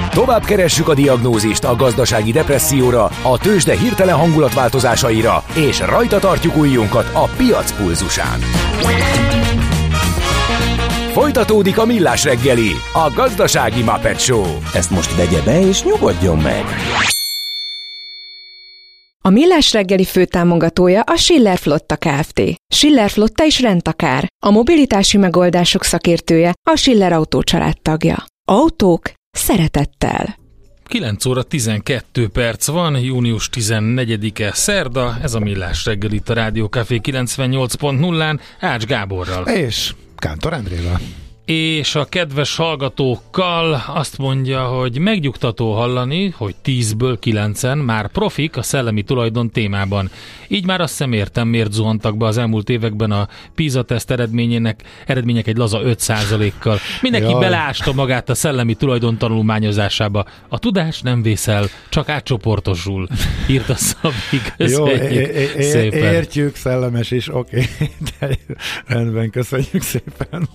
Tovább keressük a diagnózist a gazdasági depresszióra, a tőzsde hirtelen hangulatváltozásaira, és rajta tartjuk ujjunkat a piac pulzusán. Folytatódik a Millás reggeli, a gazdasági Muppet Show. Ezt most vegye be és nyugodjon meg! A Millás reggeli főtámogatója a Schiller Flotta Kft. Schiller Flotta is rendtakár. A mobilitási megoldások szakértője, a Schiller Autó család tagja. Autók szeretettel. 9 óra 12 perc van, június 14-e szerda, ez a Millás reggel itt a Rádió Café 98.0-án Ács Gáborral. És Kántor Endrével. És a kedves hallgatókkal azt mondja, hogy megnyugtató hallani, hogy 10-ből 9-en már profik a szellemi tulajdon témában. Így már azt sem értem, miért zuhantak be az elmúlt években a PISA-teszt eredmények egy laza 5%-kal. Mindenki beleásta magát a szellemi tulajdon tanulmányozásába. A tudás nem vészel, csak átcsoportosul. Írta Szabi, köszönjük szépen. Értjük, szellemes is, oké. De rendben, köszönjük szépen.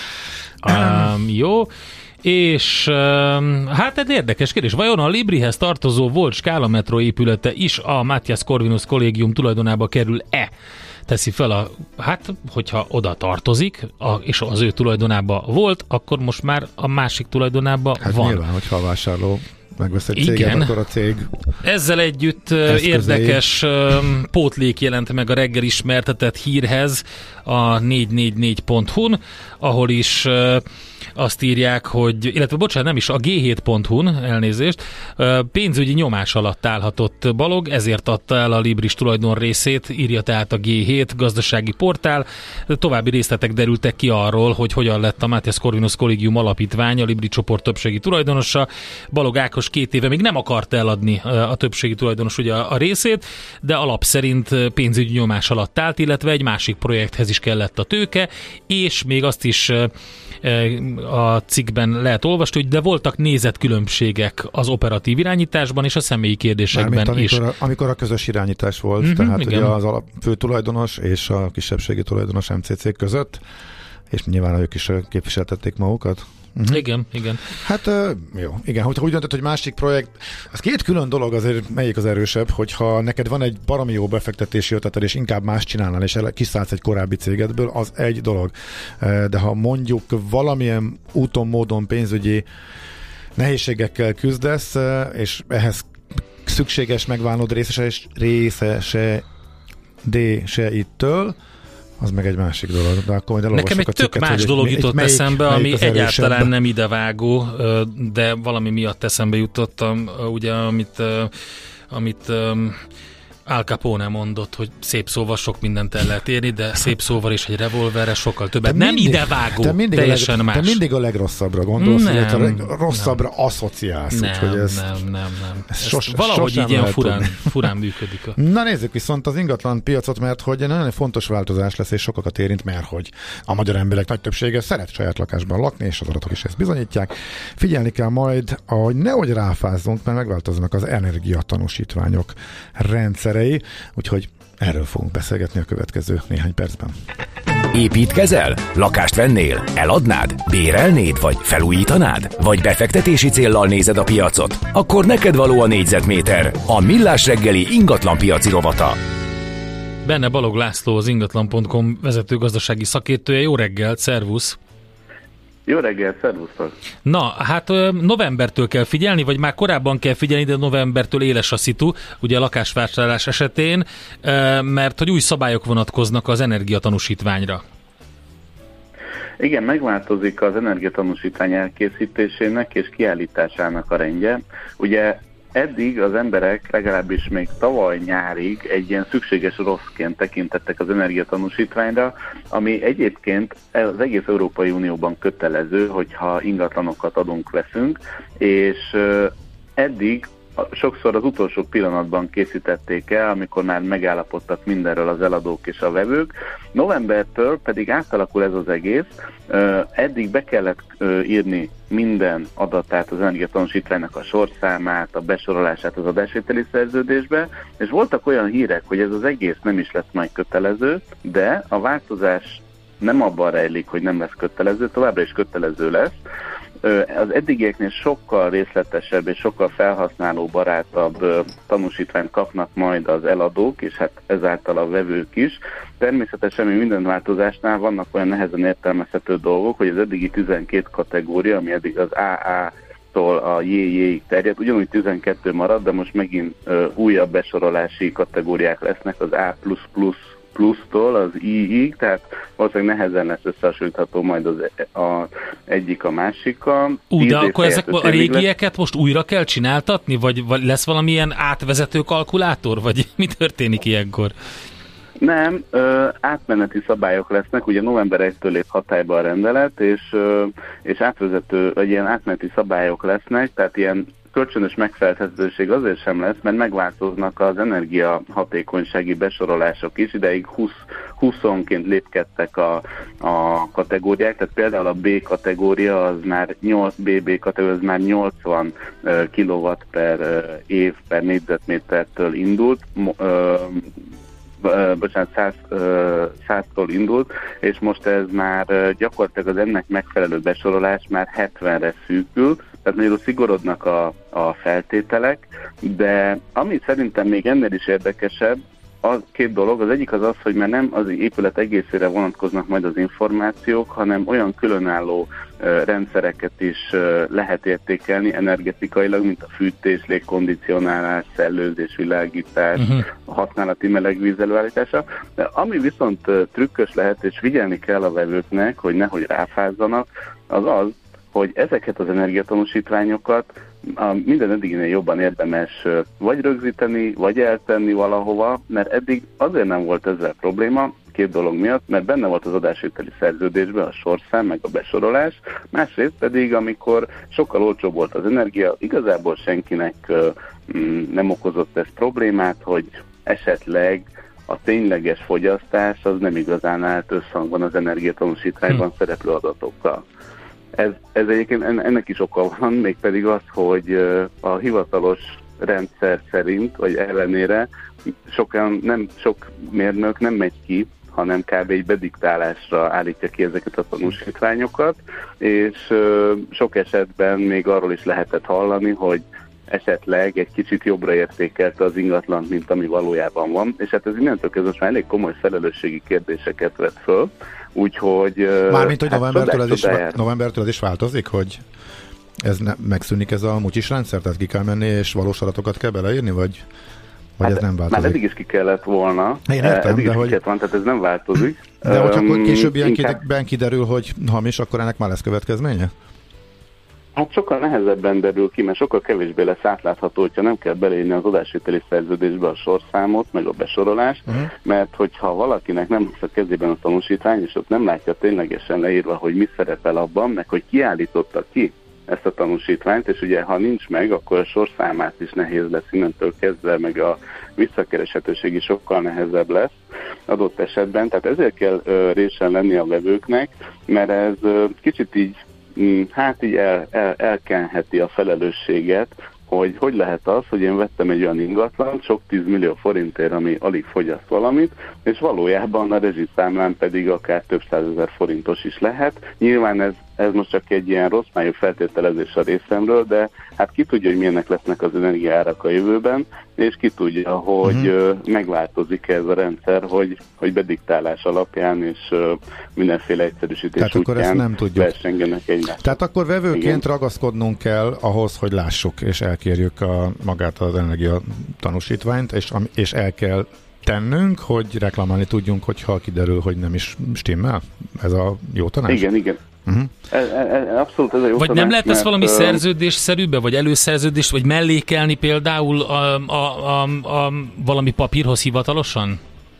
Jó, és hát egy érdekes kérdés. Vajon a Librihez tartozó volt Skála metró épülete is a Matthias Corvinus kollégium tulajdonába kerül-e? Teszi fel hát, hogyha oda tartozik, és az ő tulajdonába volt, akkor most már a másik tulajdonába hát van. Nyilván, hogyha a vásárló megvesz egy céget, akkor a cég ezzel együtt érdekes pótlék jelent meg a reggel ismertetett hírhez a 444.hu-n, ahol is azt írják, hogy, illetve bocsánat, nem is, a G7.hu-n, elnézést, pénzügyi nyomás alatt állhatott Balog, ezért adta el a Libris tulajdon részét, írja tehát a G7 gazdasági portál. További részletek derültek ki arról, hogy hogyan lett a Matthias Corvinus Kollégium alapítvány, a Libri csoport többségi tulajdonosa. Balog Ákos 2 éve még nem akarta eladni a többségi tulajdonos ugye a részét, de alap szerint pénzügyi nyomás alatt állt, illetve egy másik projekthez is kellett a tőke, és még azt is a cikkben lehet olvasni, hogy de voltak nézetkülönbségek az operatív irányításban és a személyi kérdésekben is. Amikor a közös irányítás volt, tehát igen. Ugye az fő tulajdonos és a kisebbségi tulajdonos MCC között, és nyilván ők is képviseltették magukat. Igen. Hát jó, igen, hogyha úgy döntött, hogy másik projekt, az két külön dolog, azért melyik az erősebb, hogyha neked van egy baromi jó befektetési ötleted, és inkább más csinálnál, és kiszállsz egy korábbi cégedből, az egy dolog. De ha mondjuk valamilyen úton, módon pénzügyi nehézségekkel küzdesz, és ehhez szükséges megválnod részeseittől, az meg egy másik dolog. De akkor majd nekem egy tök más dolog jutott eszembe, ami egyáltalán nem idevágó, de valami miatt eszembe jutottam, ugye, amit Al Capone mondott, hogy szép szóval sok mindent el lehet érni, de szép szóval és egy revolverre sokkal többet. Nem idevágó, teljesen más. Te mindig a legrosszabbra gondolsz, hogy a rosszabbra asszociálsz. Nem. Valahogy így ilyen furán működik. Na nézzük viszont az ingatlan piacot, mert hogy nagyon fontos változás lesz, és sokakat érint, mert hogy a magyar emberek nagy többsége szeret saját lakásban lakni, és az adatok is ezt bizonyítják. Figyelni kell majd, ahogy nehogy ráfázzunk, mert megváltoznak az energiatanúsítványok rendszer. Úgyhogy erről fogunk beszélgetni a következő néhány percben. Építkezel? Lakást vennél? Eladnád? Bérelnéd? Vagy felújítanád? Vagy befektetési céllal nézed a piacot? Akkor neked való a négyzetméter, a Millás reggeli ingatlanpiaci rovata. Benne Balog László, az ingatlan.com vezető gazdasági szakértője. Jó reggelt, szervusz! Jó reggel, szervusztok! Na, hát novembertől kell figyelni, vagy már korábban kell figyelni, de novembertől éles a szitu, ugye a lakásvásárlás esetén, mert hogy új szabályok vonatkoznak az energiatanúsítványra. Igen, megváltozik az energiatanúsítvány elkészítésének és kiállításának a rendje. Ugye eddig az emberek legalábbis még tavaly nyárig egy ilyen szükséges rosszként tekintettek az energiatanúsítványra, ami egyébként az egész Európai Unióban kötelező, hogyha ingatlanokat veszünk, és eddig sokszor az utolsó pillanatban készítették el, amikor már megállapodtak mindenről az eladók és a vevők. Novembertől pedig átalakul ez az egész. Eddig be kellett írni minden adatát az energiatanúsítványnak, a sorszámát, a besorolását az adásvételi szerződésbe, és voltak olyan hírek, hogy ez az egész nem is lesz majd kötelező, de a változás nem abban rejlik, hogy nem lesz kötelező, továbbra is kötelező lesz. az eddigieknél sokkal részletesebb és sokkal felhasználóbarátabb tanúsítványt kapnak majd az eladók, és hát ezáltal a vevők is. Természetesen még minden változásnál vannak olyan nehezen értelmezhető dolgok, hogy az eddigi 12 kategória, ami eddig az AA-tól a JJ-ig terjed, ugyanúgy 12 marad, de most megint újabb besorolási kategóriák lesznek az A++, plusztól az I-ig, tehát valószínűleg nehezen lesz összehasonlítható majd az egyik a másikkal. De akkor ezek a régieket most újra kell csináltatni, vagy lesz valamilyen átvezető kalkulátor, vagy mi történik ilyenkor? Nem, átmeneti szabályok lesznek, ugye november 1-től lép hatályba a rendelet, és átvezető, vagy ilyen átmeneti szabályok lesznek, tehát ilyen kölcsönös megfelelhetőség azért sem lesz, mert megváltoznak az energiahatékonysági besorolások is, ideig 20-onként lépkedtek a kategóriák, tehát például a B kategória az már BB kategória az már 80 kW per év per négyzetmétertől indult, 100-tól indult, és most ez már gyakorlatilag az ennek megfelelő besorolás már 70-re szűkül, tehát nagyon szigorodnak a feltételek, de ami szerintem még ennél is érdekesebb, az két dolog. Az egyik az, hogy már nem az épület egészére vonatkoznak majd az információk, hanem olyan különálló rendszereket is lehet értékelni energetikailag, mint a fűtés, légkondicionálás, szellőzés, világítás, a használati melegvíz előállítása. De ami viszont trükkös lehet, és figyelni kell a vevőknek, hogy nehogy ráfázzanak, az, hogy ezeket az energiatanúsítványokat minden eddiginél jobban érdemes vagy rögzíteni, vagy eltenni valahova, mert eddig azért nem volt ezzel probléma, két dolog miatt, mert benne volt az adásvételi szerződésben a sorszám, meg a besorolás, másrészt pedig, amikor sokkal olcsóbb volt az energia, igazából senkinek nem okozott ez problémát, hogy esetleg a tényleges fogyasztás az nem igazán állt összhangban az energiatanúsítványban szereplő adatokkal. Ez egyébként ennek is oka van, mégpedig az, hogy a hivatalos rendszer szerint, vagy ellenére sok mérnök nem megy ki, hanem kb. Egy bediktálásra állítja ki ezeket a tanúsítványokat, és sok esetben még arról is lehetett hallani, hogy esetleg egy kicsit jobbra értékelte az ingatlant, mint ami valójában van, és hát ez innentől kezdve most már elég komoly felelősségi kérdéseket vett föl, úgyhogy... Mármint, hogy novembertől ez is változik, hogy ez megszűnik ez a mutyis rendszer, tehát ki kell menni és valós adatokat kell beleírni, vagy ez nem változik? Már eddig is ki kellett volna. Én értem, de hogy... van, tehát ez nem változik. De hogyha akkor később ilyenben kiderül, hogy hamis, akkor ennek már lesz következménye? Hát sokkal nehezebben derül ki, mert sokkal kevésbé lesz átlátható, hogyha nem kell beleírni az adásvételi szerződésbe a sorszámot, meg a besorolást, mert hogyha valakinek nem lesz a kezében a tanúsítvány, és ott nem látja ténylegesen leírva, hogy mi szerepel abban, meg hogy kiállította ki ezt a tanúsítványt, és ugye ha nincs meg, akkor a sorszámát is nehéz lesz innentől kezdve, meg a visszakereshetőség is sokkal nehezebb lesz adott esetben. Tehát ezért kell résen lenni a vevőknek, mert ez kicsit így elkenheti a felelősséget, hogy lehet az, hogy én vettem egy olyan ingatlant, sok 10 millió forintért, ami alig fogyaszt valamit, és valójában a rezsiszámlán pedig akár több 100 000 forintos is lehet. Nyilván ez most csak egy ilyen rossz májú feltételezés a részemről, de hát ki tudja, hogy milyenek lesznek az energiaárak a jövőben, és ki tudja, hogy megváltozik ez a rendszer, hogy bediktálás alapján és mindenféle egyszerűsítés útján versengenek egymást. Tehát akkor vevőként ragaszkodnunk kell ahhoz, hogy lássuk és elkérjük magát az energia tanúsítványt, és el kell tennünk, hogy reklamálni tudjunk, hogyha kiderül, hogy nem is stimmel? Ez a jó tanács? Igen. Abszolút ez a jó vagy tanács, nem lehet ez valami szerződésszerűbe, vagy előszerződés, vagy mellékelni például valami papírhoz hivatalosan?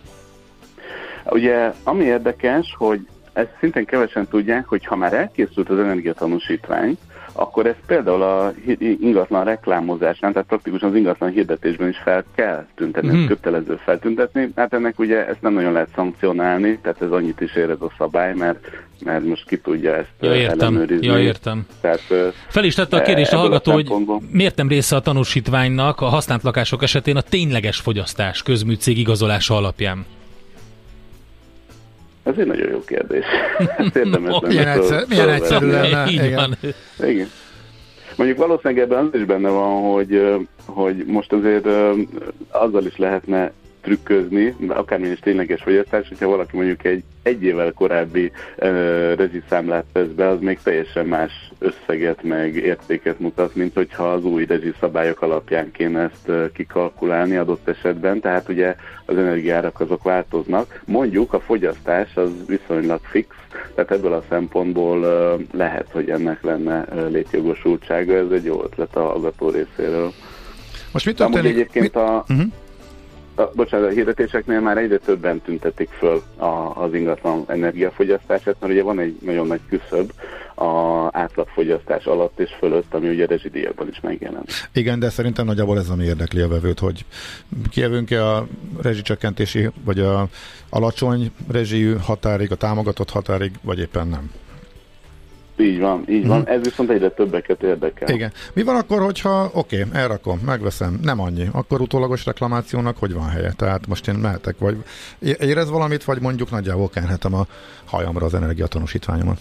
Ugye, ami érdekes, hogy ezt szintén kevesen tudják, hogy ha már elkészült az energiatanúsítvány, akkor ezt például a ingatlan reklámozásán, tehát praktikusan az ingatlan hirdetésben is fel kell tüntetni, kötelező feltüntetni. Hát ennek ugye ezt nem nagyon lehet szankcionálni, tehát ez annyit is ér ez a szabály, mert most ki tudja ezt ellenőrizni. Értem. Tehát, fel is tette a kérdést a hallgató, hogy miért nem része a tanúsítványnak a használt lakások esetén a tényleges fogyasztás közműcég igazolása alapján? Ez egy nagyon jó kérdés. Milyen egyszerű lenne. Igen. Mondjuk valószínűleg ebben az is benne van, hogy most azért azzal is lehetne trükközni, akármilyen is tényleges fogyasztás, hogyha valaki mondjuk egy évvel korábbi rezsiszámlát tesz be, az még teljesen más összeget meg értéket mutat, mint hogyha az új rezsiszabályok alapján kéne ezt kikalkulálni adott esetben, tehát ugye az energiaárak azok változnak. Mondjuk a fogyasztás az viszonylag fix, tehát ebből a szempontból lehet, hogy ennek lenne létjogosultsága, ez egy jó ötlet a hallgató részéről. Most mit történik? Egyébként a hirdetéseknél már egyre többen tüntetik föl az ingatlan energiafogyasztását, mert ugye van egy nagyon nagy küszöb az átlagfogyasztás alatt és fölött, ami ugye rezsidíjakban is megjelenik. Igen, de szerintem nagyjából ez, ami érdekli a vevőt, hogy kijövünk-e a rezsicsökkentési, vagy a alacsony rezsijű határig, a támogatott határig, vagy éppen nem. Így van. Ez viszont egyre többeket érdekel. Igen. Mi van akkor, hogyha elrakom, megveszem, nem annyi, akkor utólagos reklamációnak hogy van helye? Tehát most én mehetek, vagy érez valamit, vagy mondjuk nagyjából kenhetem a hajamra az energiatanúsítványomat?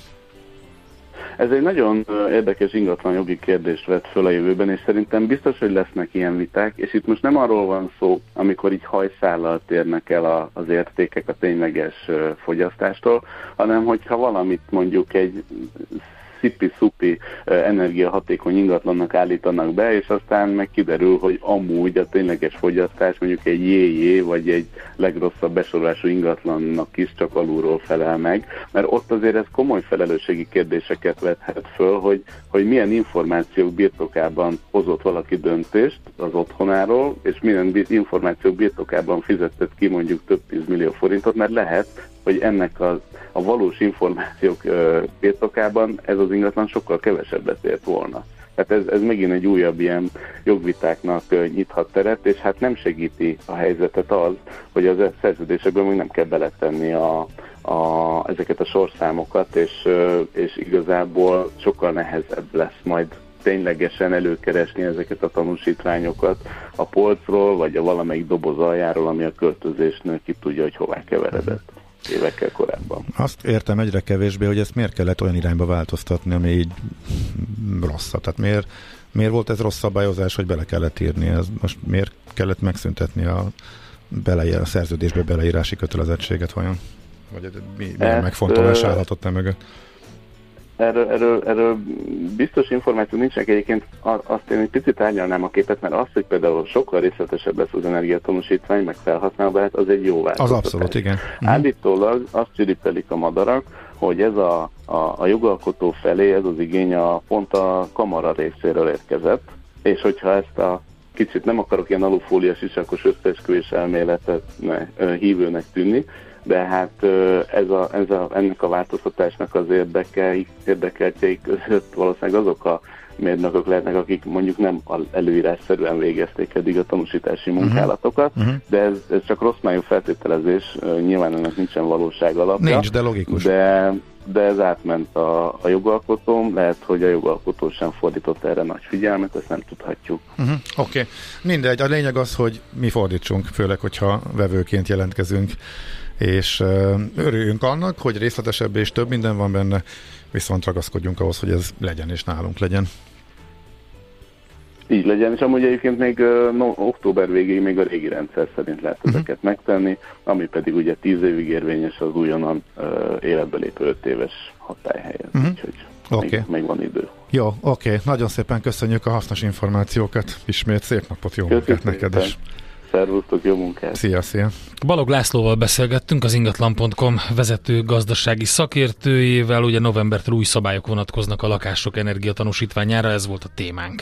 Ez egy nagyon érdekes ingatlan jogi kérdést vett föl a jövőben, és szerintem biztos, hogy lesznek ilyen viták, és itt most nem arról van szó, amikor így hajszállal térnek el az értékek a tényleges fogyasztástól, hanem hogyha valamit mondjuk egy szipi-szupi energiahatékony ingatlannak állítanak be, és aztán meg kiderül, hogy amúgy a tényleges fogyasztás mondjuk egy JJ vagy egy legrosszabb besorolású ingatlannak is csak alulról felel meg, mert ott azért ez komoly felelősségi kérdéseket vethet föl, hogy milyen információk birtokában hozott valaki döntést az otthonáról, és milyen információk birtokában fizetett ki mondjuk több 10 millió forintot, mert lehet, hogy ennek a valós információk birtokában ez az ingatlan sokkal kevesebbet ért volna. Tehát ez megint egy újabb ilyen jogvitáknak nyithat teret, és hát nem segíti a helyzetet az, hogy az szerződésekben még nem kell beletenni ezeket a sorszámokat, és igazából sokkal nehezebb lesz majd ténylegesen előkeresni ezeket a tanúsítványokat a polcról, vagy a valamelyik doboz aljáról, ami a költözésnél ki tudja, hogy hová keveredett évekkel korábban. Azt értem egyre kevésbé, hogy ezt miért kellett olyan irányba változtatni, ami így rosszabb. Tehát miért volt ez rossz szabályozás, hogy bele kellett írni? Ez most miért kellett megszüntetni a szerződésbe beleírási kötelezettséget vajon? Vagy milyen megfontolás állhatott mögött? Erről biztos információ nincsenek, egyébként azt én egy picit árnyalnám a képet, mert az, hogy például sokkal részletesebb lesz az energiatanúsítvány, meg felhasználva, hát az egy jó változtatás. Az abszolút, igen. Állítólag azt csiripelik a madarak, hogy ez a jogalkotó felé ez az igény pont a kamara részéről érkezett, és hogyha ezt a kicsit nem akarok ilyen alufólia sisakos összeesküvés elméletet hívőnek tűnni, de hát ennek a változtatásnak az érdekeltjei között valószínűleg azok a mérnökök lehetnek, akik mondjuk nem előírásszerűen végezték eddig a tanúsítási munkálatokat, de ez csak rossz májú feltételezés, nyilván ennek nincsen valóság alapja. Nincs, de logikus. De ez átment a jogalkotón, lehet, hogy a jogalkotó sem fordított erre nagy figyelmet, ezt nem tudhatjuk. Oké. Mindegy, a lényeg az, hogy mi fordítsunk, főleg, hogyha vevőként jelentkezünk, és örüljünk annak, hogy részletesebb és több minden van benne, viszont ragaszkodjunk ahhoz, hogy ez legyen és nálunk legyen. Így legyen, és amúgy egyébként még október végéig még a régi rendszer szerint lehet ezeket megtenni, ami pedig ugye 10 évig érvényes az újonnan életbe lépő 5 éves hatályhelyet, úgyhogy még van idő. Jó, oké. Nagyon szépen köszönjük a hasznos információkat, ismét szép napot, jó munkát neked is. Szervusztok, jó munkát! Szia! Balog Lászlóval beszélgettünk, az ingatlan.com vezető gazdasági szakértőjével, ugye novembertől új szabályok vonatkoznak a lakások energiatanúsítványára, ez volt a témánk.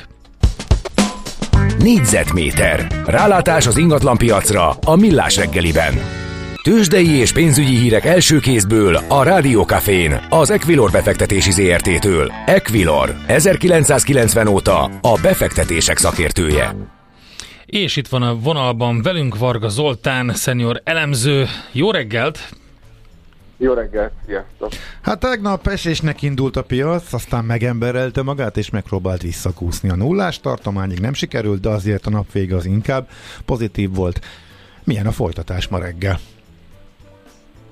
Négyzetméter. Rálátás az ingatlanpiacra a Millás reggeliben. Tőzsdei és pénzügyi hírek első kézből a Rádió Cafén, az Equilor befektetési ZRT-től. Equilor, 1990 óta a befektetések szakértője. És itt van a vonalban velünk Varga Zoltán, szenior elemző. Jó reggelt! Jó reggelt, sziasztok! Hát tegnap esésnek indult a piac, aztán megemberelte magát, és megpróbált visszakúszni a nullás tartományig. Nem sikerült, de azért a nap vége az inkább pozitív volt. Milyen a folytatás ma reggel?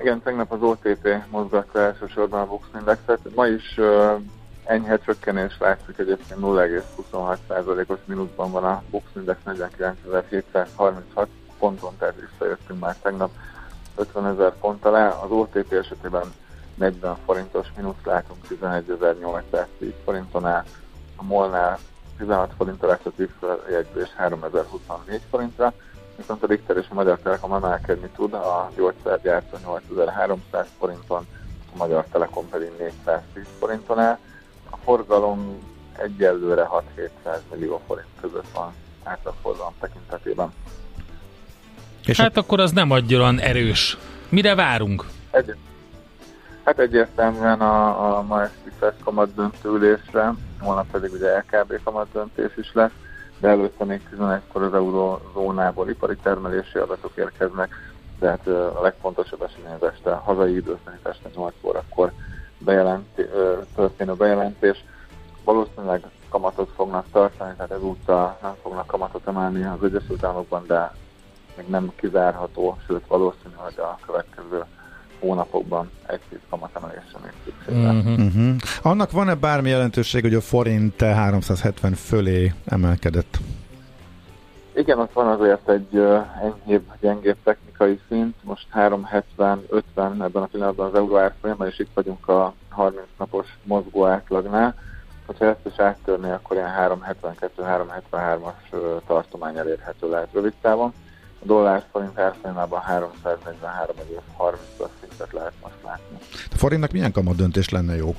Igen, tegnap az OTP mozgatta elsősorban a Bux Indexet. Ma is enyhe csökkenés látszik, egyébként 0,26%-os mínuszban van a Bux Index 49.736 ponton, tehát visszajöttünk már tegnap 50.000 pont alá. Az OTP esetében 40 forintos mínusz látunk 11.810 forinton áll, a MOL-nál 16 forintra lesz a TÜV-jegyzés 3.024 forintra, viszont a Richter és a Magyar Telekom emelkedni tud, a gyógyszergyártó 8.300 forinton, a Magyar Telekom pedig 410 forinton áll. A forgalom egyelőre 6-700 millió forint között van átlagforgalom tekintetében. És hát akkor az nem annyira erős. Mire várunk? Hát egyértelműen a ma esti FED kamatdöntő ülésre, holnap pedig ugye LKB kamatdöntés is lesz, de előtte még 11-kor az eurózónából ipari termelési adatok érkeznek, de hát a legfontosabb esemény az este, hazai idő szerint este 8 órakor történő bejelentés. Valószínűleg kamatot fognak tartani, tehát ezúttal nem fognak kamatot emelni az Egyesült Államokban, de még nem kizárható, sőt valószínű, hogy a következő hónapokban egy-két kamatemelésre még szükség lesz. Annak van-e bármi jelentőség, hogy a forint 370 fölé emelkedett? Igen, ott van azért egy enyhébb, gyengébb technikai szint, most 370-50 ebben a pillanatban az euró árfolyamban, és itt vagyunk a 30 napos mozgó átlagnál. Ha ezt is áttörné, akkor ilyen 372-373-as tartomány elérhető lehet rövid távon. A dollár forint árfolyamában 343,30-as szintet lehet most látni. A forintnak milyen kamatdöntés lenne jó?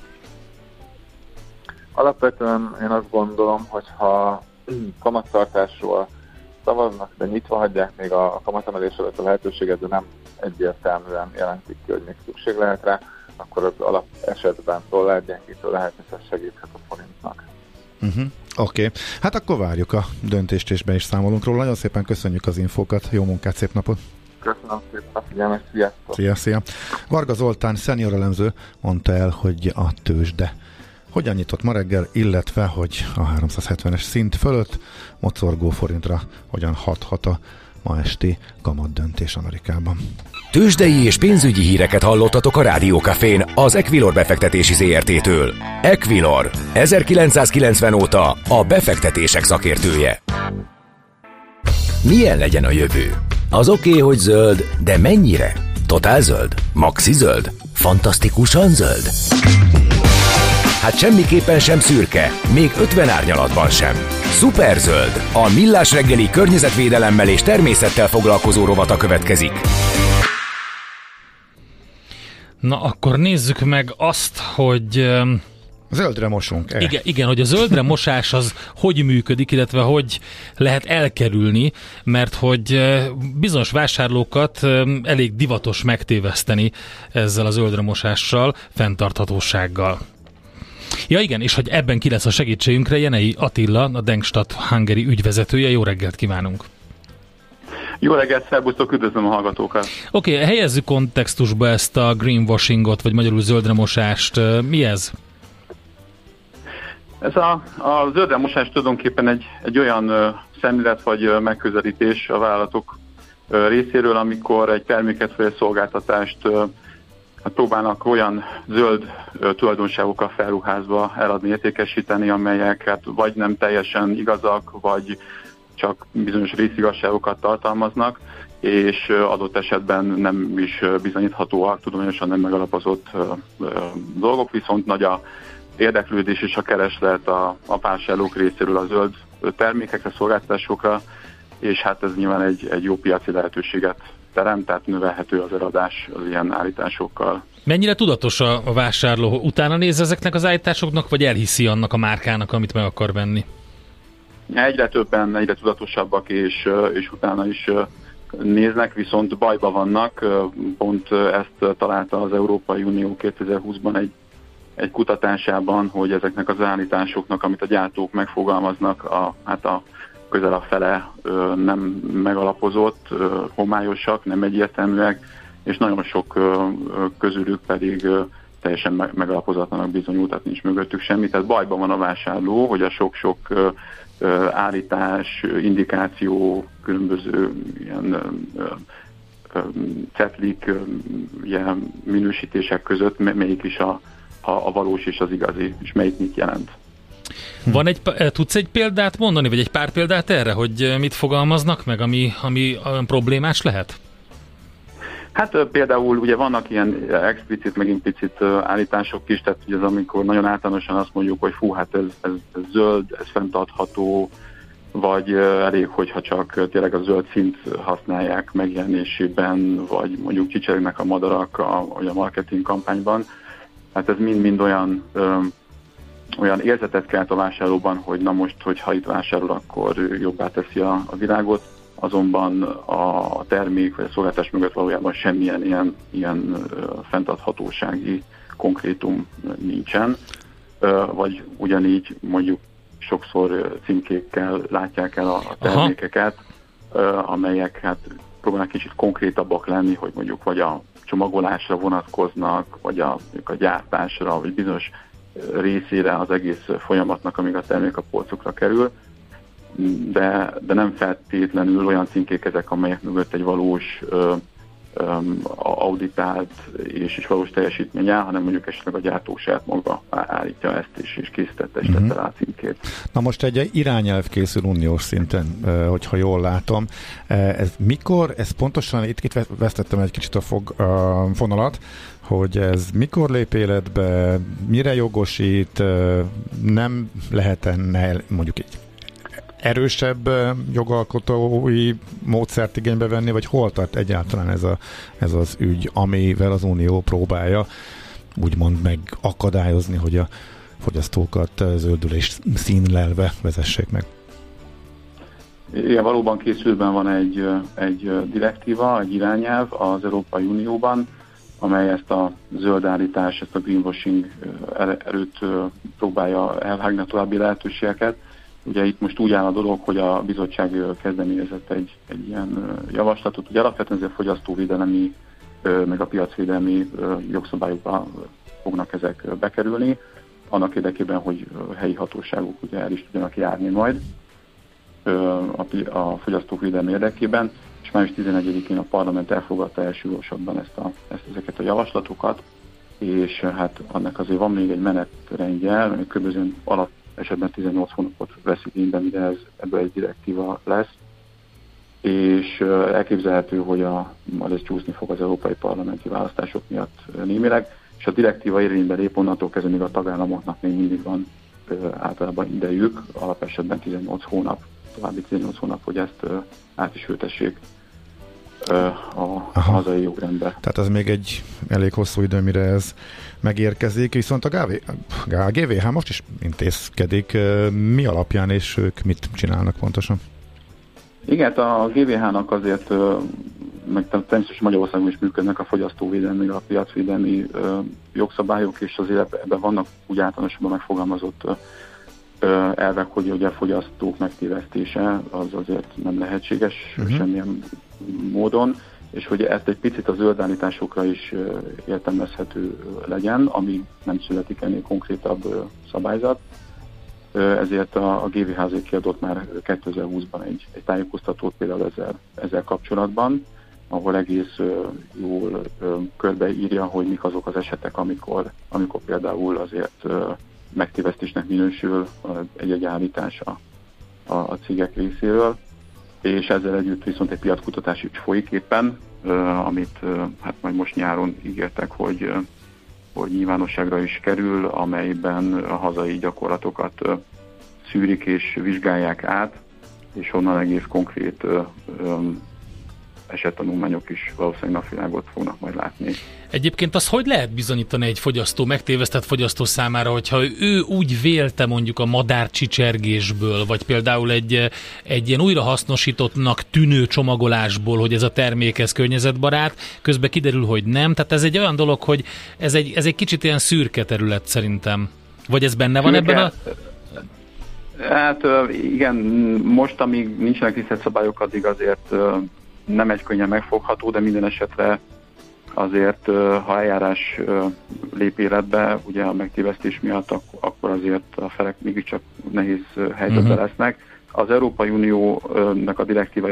Alapvetően én azt gondolom, hogy ha kamattartásról szavaznak, de nyitva hagyják még a kamatemelés előtt a lehetőséget, de nem egyértelműen jelentik ki, hogy még szükség lehet rá, akkor az alap esetben dollárgyengítő lehet, és ez segíthet a forintnak. Oké. Hát akkor várjuk a döntést, és be is számolunk róla. Nagyon szépen köszönjük az infókat, jó munkát, szép napot! Köszönöm szépen a figyelmet, sziasztok! Szia! Varga Zoltán, szenior elemző mondta el, hogy a tőzsde hogyan nyitott ma reggel, illetve hogy a 370-es szint fölött mocorgó forintra hogyan hathat a ma esti kamatdöntés Amerikában. Tőzsdei és pénzügyi híreket hallottatok a Rádiókafén az Equilor befektetési ZRT-től. Equilor, 1990 óta a befektetések szakértője. Milyen legyen a jövő? Az oké, hogy zöld, de mennyire? Totál zöld? Maxi zöld? Fantasztikusan zöld? Hát semmiképpen sem szürke, még 50 árnyalatban sem. Szuperzöld, a Millás reggeli környezetvédelemmel és természettel foglalkozó rovata következik. Na, akkor nézzük meg azt, hogy... Zöldre mosunk. Igen, hogy a zöldre mosás az hogy működik, illetve hogy lehet elkerülni, mert hogy bizonyos vásárlókat elég divatos megtéveszteni ezzel a zöldre mosással, fenntarthatósággal. Ja igen, és hogy ebben ki lesz a segítségünkre, Jenei Attila, a Denkstadt Hungary ügyvezetője. Jó reggelt kívánunk! Jó reggelt, szervusztok, üdvözlöm a hallgatókat! Oké, helyezzük kontextusba ezt a greenwashingot, vagy magyarul zöldremosást. Mi ez? Ez a zöldremosás tulajdonképpen egy olyan szemlélet vagy megközelítés a vállalatok részéről, amikor egy terméket vagy egy szolgáltatást próbálnak olyan zöld tulajdonságokkal felruházva eladni, értékesíteni, amelyeket vagy nem teljesen igazak, vagy csak bizonyos részigazságokat tartalmaznak, és adott esetben nem is bizonyíthatóak, tudományosan nem megalapozott dolgok, viszont nagy a érdeklődés és a kereslet a vásárlók részéről a zöld termékekre, szolgáltatásokra, és hát ez nyilván egy jó piaci lehetőséget teremt, tehát növelhető az eladás az ilyen állításokkal. Mennyire tudatos a vásárló? Utána néz ezeknek az állításoknak, vagy elhiszi annak a márkának, amit meg akar venni? Egyre többen, egyre tudatosabbak, és utána is néznek, viszont bajba vannak. Pont ezt találta az Európai Unió 2020-ban egy kutatásában, hogy ezeknek az állításoknak, amit a gyártók megfogalmaznak, a közel a fele nem megalapozott, homályosak, nem egyértelműek, és nagyon sok közülük pedig teljesen megalapozatlanak bizonyult, tehát nincs mögöttük semmi. Tehát bajban van a vásárló, hogy a sok-sok állítás, indikáció, különböző ilyen cetlik, ilyen minősítések között melyik is a valós és az igazi, és melyik mit jelent. Tudsz egy példát mondani, vagy egy pár példát erre, hogy mit fogalmaznak meg, ami problémás lehet? Hát például ugye vannak ilyen explicit, meg implicit állítások is, tehát ugye ez amikor nagyon általánosan azt mondjuk, hogy fú, hát ez zöld, ez fenntartható, vagy elég, hogyha csak tényleg a zöld színt használják megjelenésében, vagy mondjuk csicserognek a madarak a marketing kampányban. Hát ez mind-mind olyan érzetet kelt a vásárlóban, hogy na most, hogyha itt vásárol, akkor jobbá teszi a világot, azonban a termék vagy a szolgáltatás mögött valójában semmilyen ilyen fenntarthatósági konkrétum nincsen, vagy ugyanígy mondjuk sokszor címkékkel látják el a termékeket, amelyek hát próbálnak kicsit konkrétabbak lenni, hogy mondjuk vagy a csomagolásra vonatkoznak, vagy a gyártásra, vagy bizonyos részére az egész folyamatnak, amíg a termék a polcokra kerül, de nem feltétlenül olyan címkék ezek, amelyek mögött egy valós auditált és valós teljesítmény áll, hanem mondjuk esetleg a gyártó saját maga állítja ezt és készítette és tette rá a címkét. Na most egy irányelv készül uniós szinten, hogyha jól látom. Ez mikor, ez pontosan, itt vesztettem egy kicsit a fonalat, hogy ez mikor lép életbe, mire jogosít, nem lehet-e mondjuk egy erősebb jogalkotói módszert igénybe venni, vagy hol tart egyáltalán ez az ügy, amivel az Unió próbálja úgymond megakadályozni, hogy a fogyasztókat zöldülés színlelve vezessék meg? Igen, valóban készülben van egy direktíva, egy irányelv az Európai Unióban, amely ezt a zöld állítás, ezt a greenwashing erőt próbálja elvágni a további lehetőségeket. Ugye itt most úgy áll a dolog, hogy a bizottság kezdeményezett egy ilyen javaslatot, ugye alapvetően azért fogyasztóvédelemi, meg a piacvédelmi jogszabályokba fognak ezek bekerülni, annak érdekében, hogy helyi hatóságok ugye el is tudjanak járni majd a fogyasztóvédelmi érdekében, és május 11-én a parlament elfogadta első olvasatban ezeket a javaslatokat, és hát annak azért van még egy menetrendje, kb. Alap esetben 18 hónapot vesz igénybe, mire ebből egy direktíva lesz, és elképzelhető, hogy majd ez csúszni fog az európai parlamenti választások miatt némileg, és a direktíva érvénybe lép, onnantól kezdve még a tagállamoknak még mindig van általában idejük, alapesetben 18 hónap, további 18 hónap, hogy ezt át is ültessék a hazai jogrendbe. Tehát ez még egy elég hosszú idő, mire ez megérkezik, viszont a GVH most is intézkedik. Mi alapján és ők mit csinálnak pontosan? Igen, a GVH-nak azért, meg természetesen Magyarországon is működnek a fogyasztóvédelmi, a piacvédelmi jogszabályok, és azért ebben vannak úgy általánosabban megfogalmazott elvek, hogy ugye a fogyasztók megtévesztése az azért nem lehetséges semmilyen módon, és hogy ezt egy picit a zöld állításokra is értelmezhető legyen, amíg nem születik ennél konkrétabb szabályzat. Ezért a GVH kiadott már 2020-ban egy tájékoztatót például ezzel kapcsolatban, ahol egész jól körbeírja, hogy mik azok az esetek, amikor például azért megtévesztésnek minősül egy állítás a cégek részéről, és ezzel együtt viszont egy piackutatás is folyik éppen, amit hát majd most nyáron ígértek, hogy nyilvánosságra is kerül, amelyben a hazai gyakorlatokat szűrik és vizsgálják át, és onnan egész konkrét esettanulmányok is valószínűleg napvilágot fognak majd látni. Egyébként azt hogy lehet bizonyítani egy fogyasztó, megtévesztett fogyasztó számára, hogyha ő úgy vélte mondjuk a madárcsicsergésből, vagy például egy ilyen újrahasznosítottnak tűnő csomagolásból, hogy ez a termék ez környezetbarát, közben kiderül, hogy nem. Tehát ez egy olyan dolog, hogy ez egy kicsit ilyen szürke terület szerintem. Vagy ez benne van ebben a... Hát igen, most amíg nincsenek tisztelt szabályok, addig azért nem egy könnyen megfogható, de minden esetre azért, ha eljárás lép életbe, ugye a megtévesztés miatt, akkor azért a felek mégiscsak nehéz helyzetben lesznek. Az Európai Uniónak a direktívája azért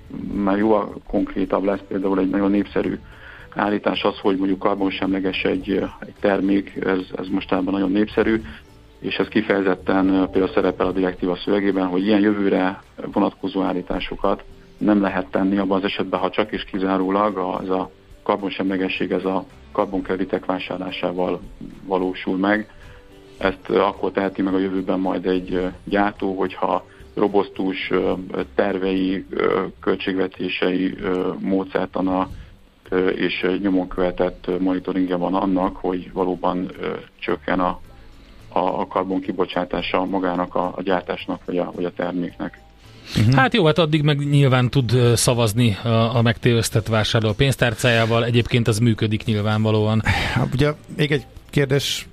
már jóval konkrétabb lesz. Például egy nagyon népszerű állítás az, hogy mondjuk karbonsemleges egy termék, ez mostában nagyon népszerű, és ez kifejezetten például szerepel a direktíva szövegében, hogy ilyen jövőre vonatkozó állításokat nem lehet tenni abban az esetben, ha csak és kizárólag ez a karbonsemlegesség, ez a karbonkreditek vásárlásával valósul meg. Ezt akkor teheti meg a jövőben majd egy gyártó, hogyha robosztus tervei, költségvetései, módszertana és nyomon követett monitoringja van annak, hogy valóban csökken a karbon kibocsátása magának a gyártásnak vagy a terméknek. Hát jó, hát addig meg nyilván tud szavazni a megtévesztett vásárló a pénztárcájával, egyébként az működik nyilvánvalóan. Ugye még egy kérdés,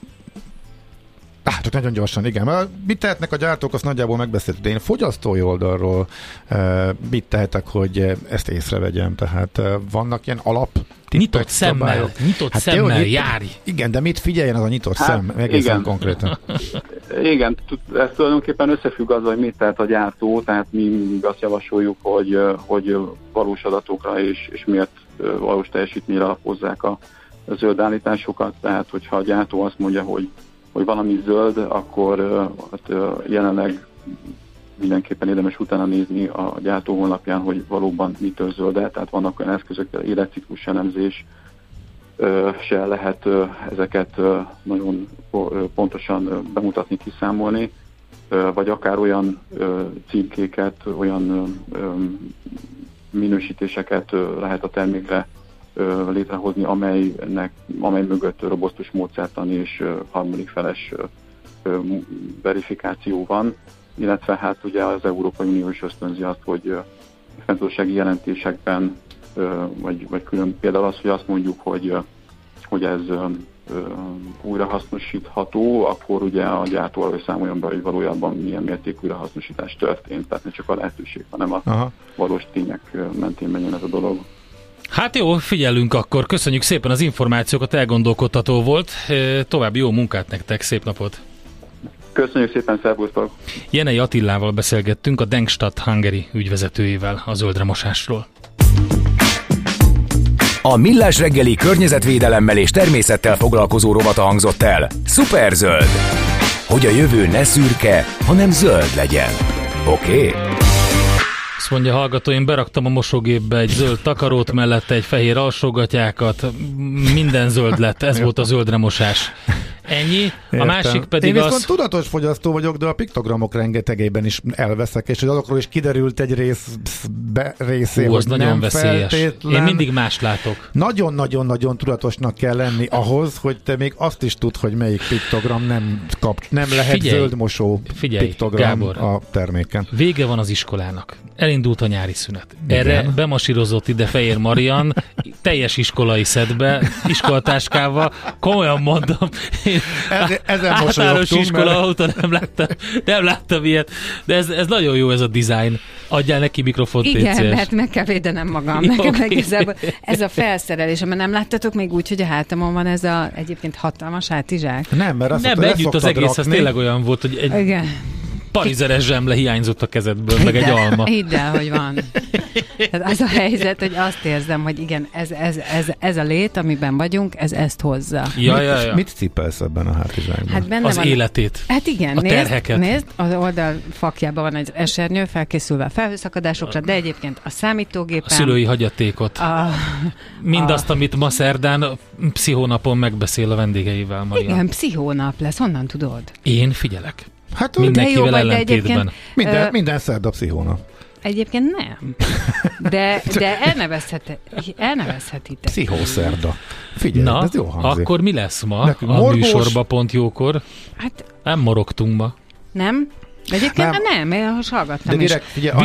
csak nagyon gyorsan, igen. Mit tehetnek a gyártók, azt nagyjából megbeszéltük, de én fogyasztói oldalról mit tehetek, hogy ezt észrevegyem? Tehát vannak ilyen nyitott szemmel járj. Igen, de mit figyeljen az a nyitott szem egészen konkrétan? Igen, ez tulajdonképpen összefügg azzal, hogy mit tehet a gyártó, tehát mi azt javasoljuk, hogy valós adatokra és miért valós teljesítményre alapozzák a zöld állításokat, tehát hogyha a gyártó azt mondja, hogy valami zöld, akkor jelenleg mindenképpen érdemes utána nézni a gyártó honlapján, hogy valóban mitől zöld, tehát vannak olyan eszközök, életciklus elemzés, se lehet ezeket nagyon pontosan bemutatni, kiszámolni, vagy akár olyan címkéket, olyan minősítéseket lehet a termékre létrehozni, amely mögött robosztus módszertani és harmadik feles verifikáció van, illetve hát ugye az Európai Unió is ösztönzi azt, hogy fenntarthatósági jelentésekben, vagy külön például az, hogy azt mondjuk, hogy ez újrahasznosítható, akkor ugye a gyártó arra számoljon be, hogy valójában milyen mértékű újrahasznosítás történt, tehát ne csak a lehetőség, hanem a valós tények mentén menjen ez a dolog. Hát jó, figyelünk akkor. Köszönjük szépen az információkat, elgondolkodtató volt. További jó munkát nektek, szép napot! Köszönjük szépen, szervusztok! Jenei Attilával beszélgettünk, a Denkstadt Hungary ügyvezetőjével a zöldre mosásról. A Millás reggeli környezetvédelemmel és természettel foglalkozó rovata hangzott el. Szuperzöld! Hogy a jövő ne szürke, hanem zöld legyen. Oké? Azt mondja a hallgató, én beraktam a mosógépbe egy zöld takarót, mellette egy fehér alsógatyákat, minden zöld lett, ez volt a zöldre mosás. Ennyi. Értem. A másik pedig én viszont tudatos fogyasztó vagyok, de a piktogramok rengetegében is elveszek, és hogy azokról is kiderült egy részé, az hogy nagyon nem veszélyes. feltétlen. Én mindig mást látok. Nagyon-nagyon-nagyon tudatosnak kell lenni ahhoz, hogy te még azt is tudd, hogy melyik piktogram nem lehet zöldmosó piktogram Gábor, a terméken. Vége van az iskolának. Elindult a nyári szünet. Erre bemasírozott ide Fehér Marian, teljes iskolai szedbe, iskolatáskával, komolyan mondom, Ezen általános iskola óta nem láttam ilyet, de ez nagyon jó ez a design. Adjál neki mikrofont, igen, mert meg kell védenem magam. Nekem igazából ez a felszerelés, mert nem láttatok még úgy, hogy a hátamon van ez a egyébként hatalmas hátizsák? Nem, mert nem, együtt az egész, az tényleg olyan volt, hogy egy parizeres zsemle hiányzott a kezedből, meg egy alma. Hidd el, hogy van. Tehát az a helyzet, hogy azt érzem, hogy igen, ez a lét, amiben vagyunk, ez ezt hozza. Ja. Mit cipelsz ebben a hátizsákban? Hát benne az van életét. Hát igen, a terheket. Nézd, az oldal fakjában van egy esernyő, felkészülve a felhőszakadásokra, de egyébként a számítógépen... A szülői hagyatékot. Mindazt, amit ma szerdán pszichónapon megbeszél a vendégeivel, Maria. Igen, pszichónap lesz, honnan tudod? Én figyelek. Hát mindenkivel ellentétben. Minden szerda pszichónap. Egyébként nem. De elnevezhetitek. Pszichószerda. Figyelj, ez jó hangzik. Akkor mi lesz ma a műsorba pont jókor? Hát, nem morogtunk ma. Nem? De egyébként nem, én most hallgattam is.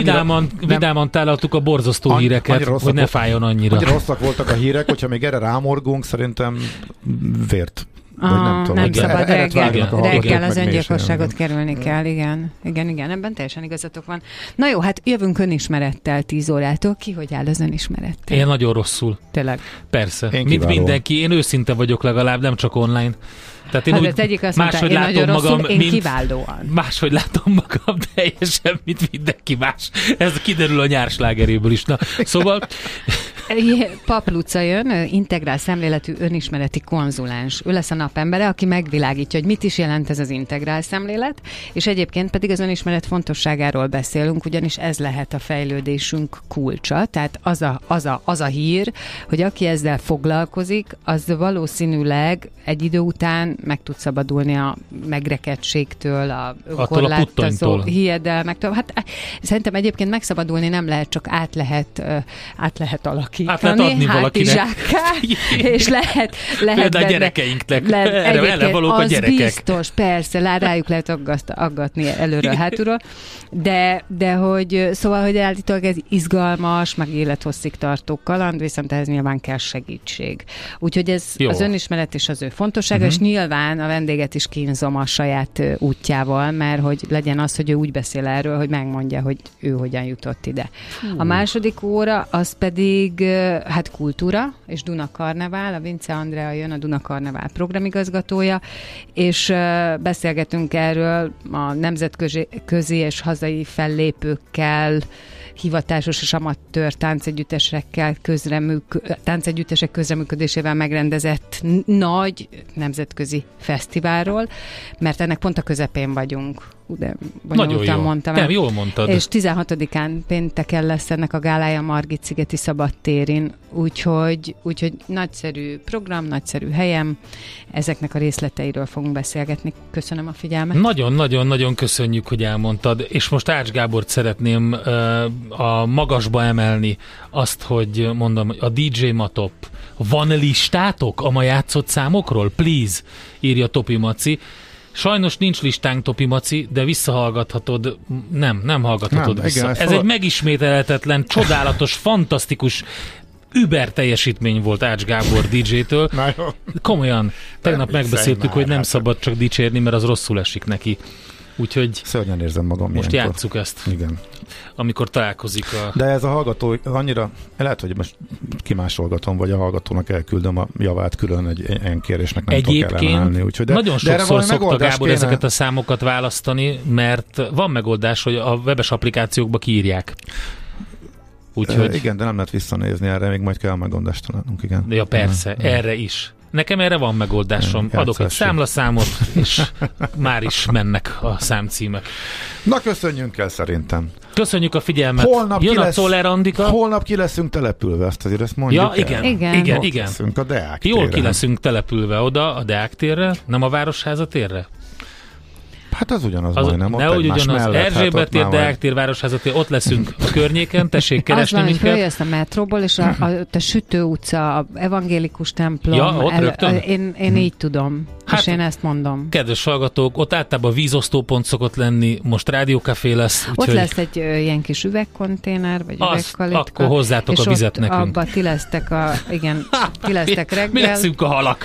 Vidáman tálaltuk a borzasztó híreket, hogy ne fájjon annyira. Annyira rosszak voltak a hírek, hogyha még erre rámorgunk, szerintem vért Nem szabad reggel az öngyilkosságot kerülni kell, igen, ebben teljesen igazatok van. Na jó, hát jövünk önismerettel 10 órától. Ki hogy áll az önismerettel? Én nagyon rosszul. Tényleg? Persze. Mint mindenki, én őszinte vagyok legalább, nem csak online. Tehát én úgy egyik azt mondta, én nagyon rosszul, én kiválóan. Máshogy látom magam teljesen, mint mindenki más. Ez kiderül a nyár slágeréből is. Na, szóval... Pap Luca jön, integrál szemléletű önismereti konzulens. Ő lesz a napembere, aki megvilágítja, hogy mit is jelent ez az integrál szemlélet, és egyébként pedig az önismeret fontosságáról beszélünk, ugyanis ez lehet a fejlődésünk kulcsa. Tehát az a hír, hogy aki ezzel foglalkozik, az valószínűleg egy idő után meg tud szabadulni a megrekedtségtől, a korlátozó hiedelmektől. Hát szerintem egyébként megszabadulni nem lehet, csak át lehet alakítani. Át lehet adni valakinek. És lehet például a gyerekeinknek. Erre valók a gyerekek. Biztos, persze, rájuk lehet aggatni előről, hátulról. De hogy szóval, hogy állítólag ez izgalmas, meg élethosszig tartó kaland, viszont ehhez nyilván kell segítség. Úgyhogy ez jó. Az önismeret és az ő fontossága, és nyilván a vendéget is kínzom a saját útjával, mert hogy legyen az, hogy ő úgy beszél erről, hogy megmondja, hogy ő hogyan jutott ide. A második óra az pedig hát kultúra és Duna Karnevál, a Vince Andrea jön, a Duna Karnevál programigazgatója, és beszélgetünk erről a nemzetközi és hazai fellépőkkel, hivatásos és amatőr táncegyüttesek közreműködésével megrendezett nagy nemzetközi fesztiválról, mert ennek pont a közepén vagyunk. De nagyon jó. Mondtam nem, jól mondtad. És 16-án pénteken lesz ennek a gálája Margit-szigeti szabadtérin, úgyhogy nagyszerű program, nagyszerű helyem, ezeknek a részleteiről fogunk beszélgetni. Köszönöm a figyelmet. Nagyon-nagyon-nagyon köszönjük, hogy elmondtad, és most Ács Gábort szeretném a magasba emelni azt, hogy mondom, a DJ Matop, van listátok a ma játszott számokról? Please, írja Topi Maci. Sajnos nincs listánk, Topi Maci, de visszahallgathatod. Nem hallgathatod vissza. Ez egy megismételhetetlen, csodálatos, fantasztikus über teljesítmény volt Ács Gábor DJ-től. Komolyan, tegnap megbeszéltük, hogy nem szabad csak dicsérni, mert az rosszul esik neki. Úgyhogy szörnyen érzem magam most ilyenkor. játsszuk ezt. Igen. Amikor találkozik a... De ez a hallgató annyira, lehet, hogy most kimásolgatom, vagy a hallgatónak elküldöm a javát külön egy ilyen kérésnek nem tudok ellenállni. Úgyhogy nagyon sokszor szokta Gábor ezeket a számokat választani, mert van megoldás, hogy a webes applikációkba kiírják. Úgyhogy... Igen, de nem lehet visszanézni erre, még majd kell megoldást találnunk, igen. Ja, persze, erre is. Nekem erre van megoldásom. Adok egy számlaszámot, és már is mennek a számcímek. Na, köszönjünk el szerintem. Köszönjük a figyelmet. Jön a Czoller Andika. Holnap ki leszünk települve, azért ezt mondjuk el. Igen. Leszünk a Deák téren. Jól ki leszünk települve oda a Deák térre, nem a Városháza térre? Hát az ugyanaz majdnem. Nehogy ugyanaz. Erzsébet tér, Deák tér, Városháza tér, ott leszünk a környéken, tessék keresni minket. Az van, hogy följössz a metróból, és a Sütő utca, a evangélikus templom. Ja, ott rögtön? Én így tudom, és én ezt mondom. Kedves hallgatók, ott általában vízosztópont szokott lenni, most rádiókafé lesz. Ott lesz egy ilyen kis üvegkonténer, vagy üvegkalitka. Akkor hozzátok a vizet nekünk. Abba ti lesztek reggel. Mi leszünk a halak?